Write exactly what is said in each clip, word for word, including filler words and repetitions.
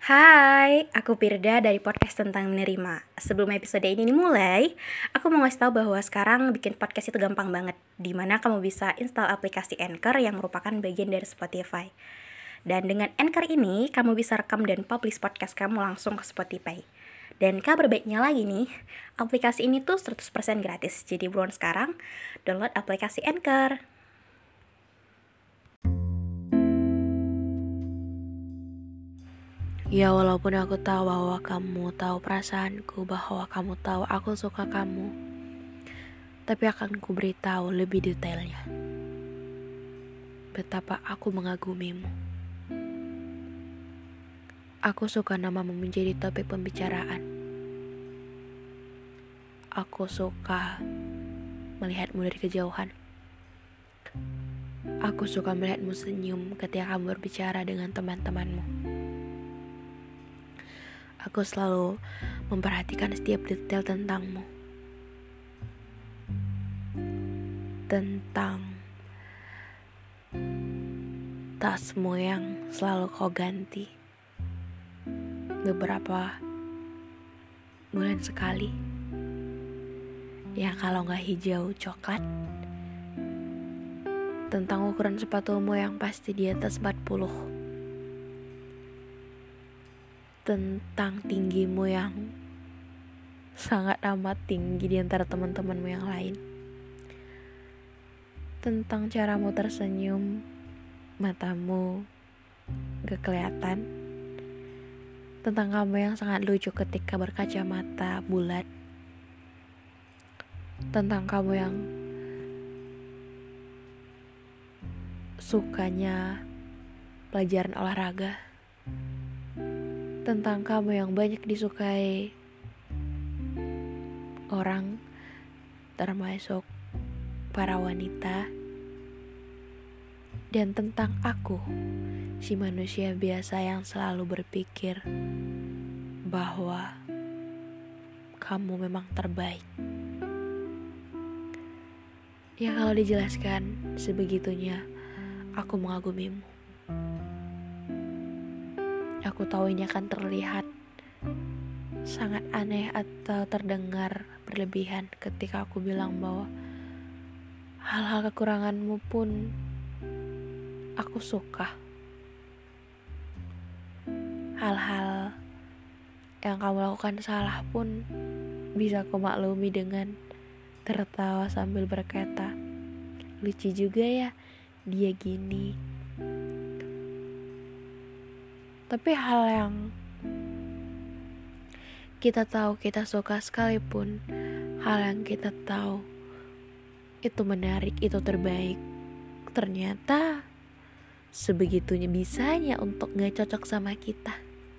Hai, aku Pirda dari podcast tentang menerima. Sebelum episode ini dimulai, aku mau ngasih tahu bahwa sekarang bikin podcast itu gampang banget, dimana kamu bisa install aplikasi Anchor yang merupakan bagian dari Spotify. Dan dengan Anchor ini, kamu bisa rekam dan publish podcast kamu langsung ke Spotify. Dan kabar baiknya lagi nih, aplikasi ini tuh seratus persen gratis. Jadi buruan sekarang, download aplikasi Anchor. Ya walaupun aku tahu bahwa kamu tahu perasaanku, bahwa kamu tahu aku suka kamu, tapi akan ku beritahu lebih detailnya betapa aku mengagumimu. Aku suka namamu menjadi topik pembicaraan. Aku suka melihatmu dari kejauhan. Aku suka melihatmu senyum ketika kamu berbicara dengan teman-temanmu. Aku selalu memperhatikan setiap detail tentangmu. Tentang tasmu yang selalu kau ganti beberapa bulan sekali. Ya kalau gak hijau coklat. Tentang ukuran sepatumu yang pasti di atas empat puluh. Tentang tinggimu yang sangat amat tinggi di antara teman-temanmu yang lain. Tentang caramu tersenyum, matamu gak kelihatan. Tentang kamu yang sangat lucu ketika berkacamata bulat. Tentang kamu yang sukanya pelajaran olahraga. Tentang kamu yang banyak disukai orang, termasuk para wanita. Dan tentang aku, si manusia biasa yang selalu berpikir bahwa kamu memang terbaik. Ya kalau dijelaskan sebegitunya, aku mengagumimu. Aku tahu ini akan terlihat sangat aneh atau terdengar berlebihan ketika aku bilang bahwa hal-hal kekuranganmu pun aku suka. Hal-hal yang kamu lakukan salah pun bisa aku maklumi dengan tertawa sambil berkata, lucu juga ya dia gini. Tapi hal yang kita tahu kita suka sekalipun, hal yang kita tahu itu menarik, itu terbaik, ternyata sebegitunya bisanya untuk gak cocok sama kita.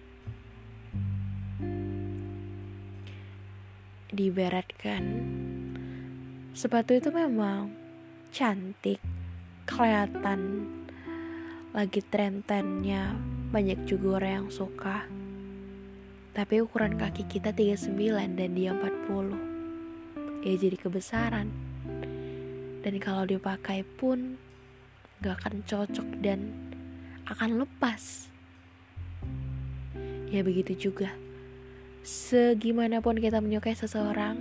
Diibaratkan sepatu itu memang cantik, kelihatan lagi tren-trennya, banyak juga orang yang suka. Tapi ukuran kaki kita tiga puluh sembilan dan dia empat puluh. Ya jadi kebesaran. Dan kalau dipakai pun gak akan cocok dan akan lepas. Ya begitu juga, segimanapun kita menyukai seseorang,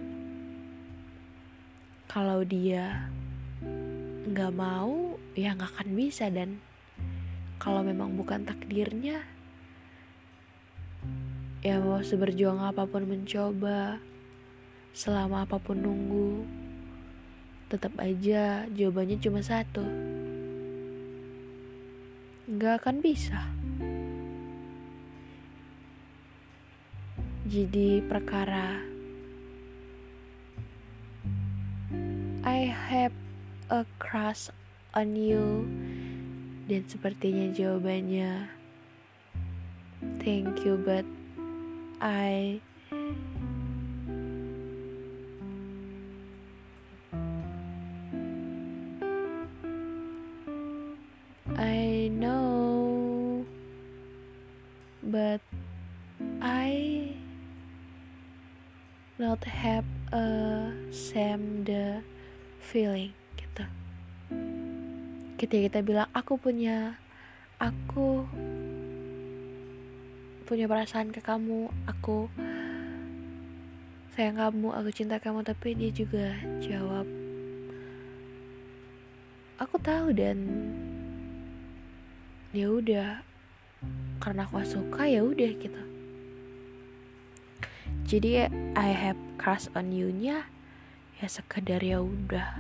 kalau dia gak mau, ya gak akan bisa. Dan kalau memang bukan takdirnya, ya mau seberjuang apapun mencoba, selama apapun nunggu, tetap aja jawabannya cuma satu, gak akan bisa. Jadi perkara I have a crush on you, dan sepertinya jawabannya thank you but I I know but I not have a same the feeling gitu. Ketika kita bilang aku punya, aku punya perasaan ke kamu, aku sayang kamu, aku cinta kamu. Tapi dia juga jawab, aku tahu dan ya udah, karena aku suka ya udah gitu. Jadi I have crush on you nya ya sekedar ya udah.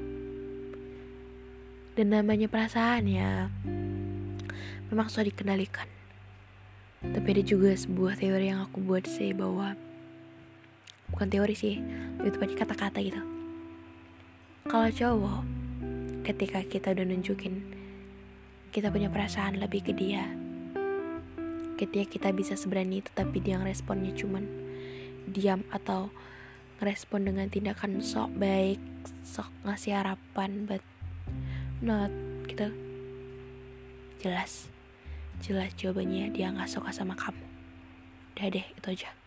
Dan namanya perasaan ya memang susah dikendalikan. Tapi ada juga sebuah teori yang aku buat sih, bahwa bukan teori sih, lebih tepatnya kata-kata gitu. Kalau cowok, ketika kita udah nunjukin kita punya perasaan lebih ke dia, ketika kita bisa seberani itu tapi dia ngeresponnya cuman diam atau ngerespon dengan tindakan sok baik, sok ngasih harapan, but not gitu, jelas jelas jawabannya dia nggak suka sama kamu. Udah deh, itu aja.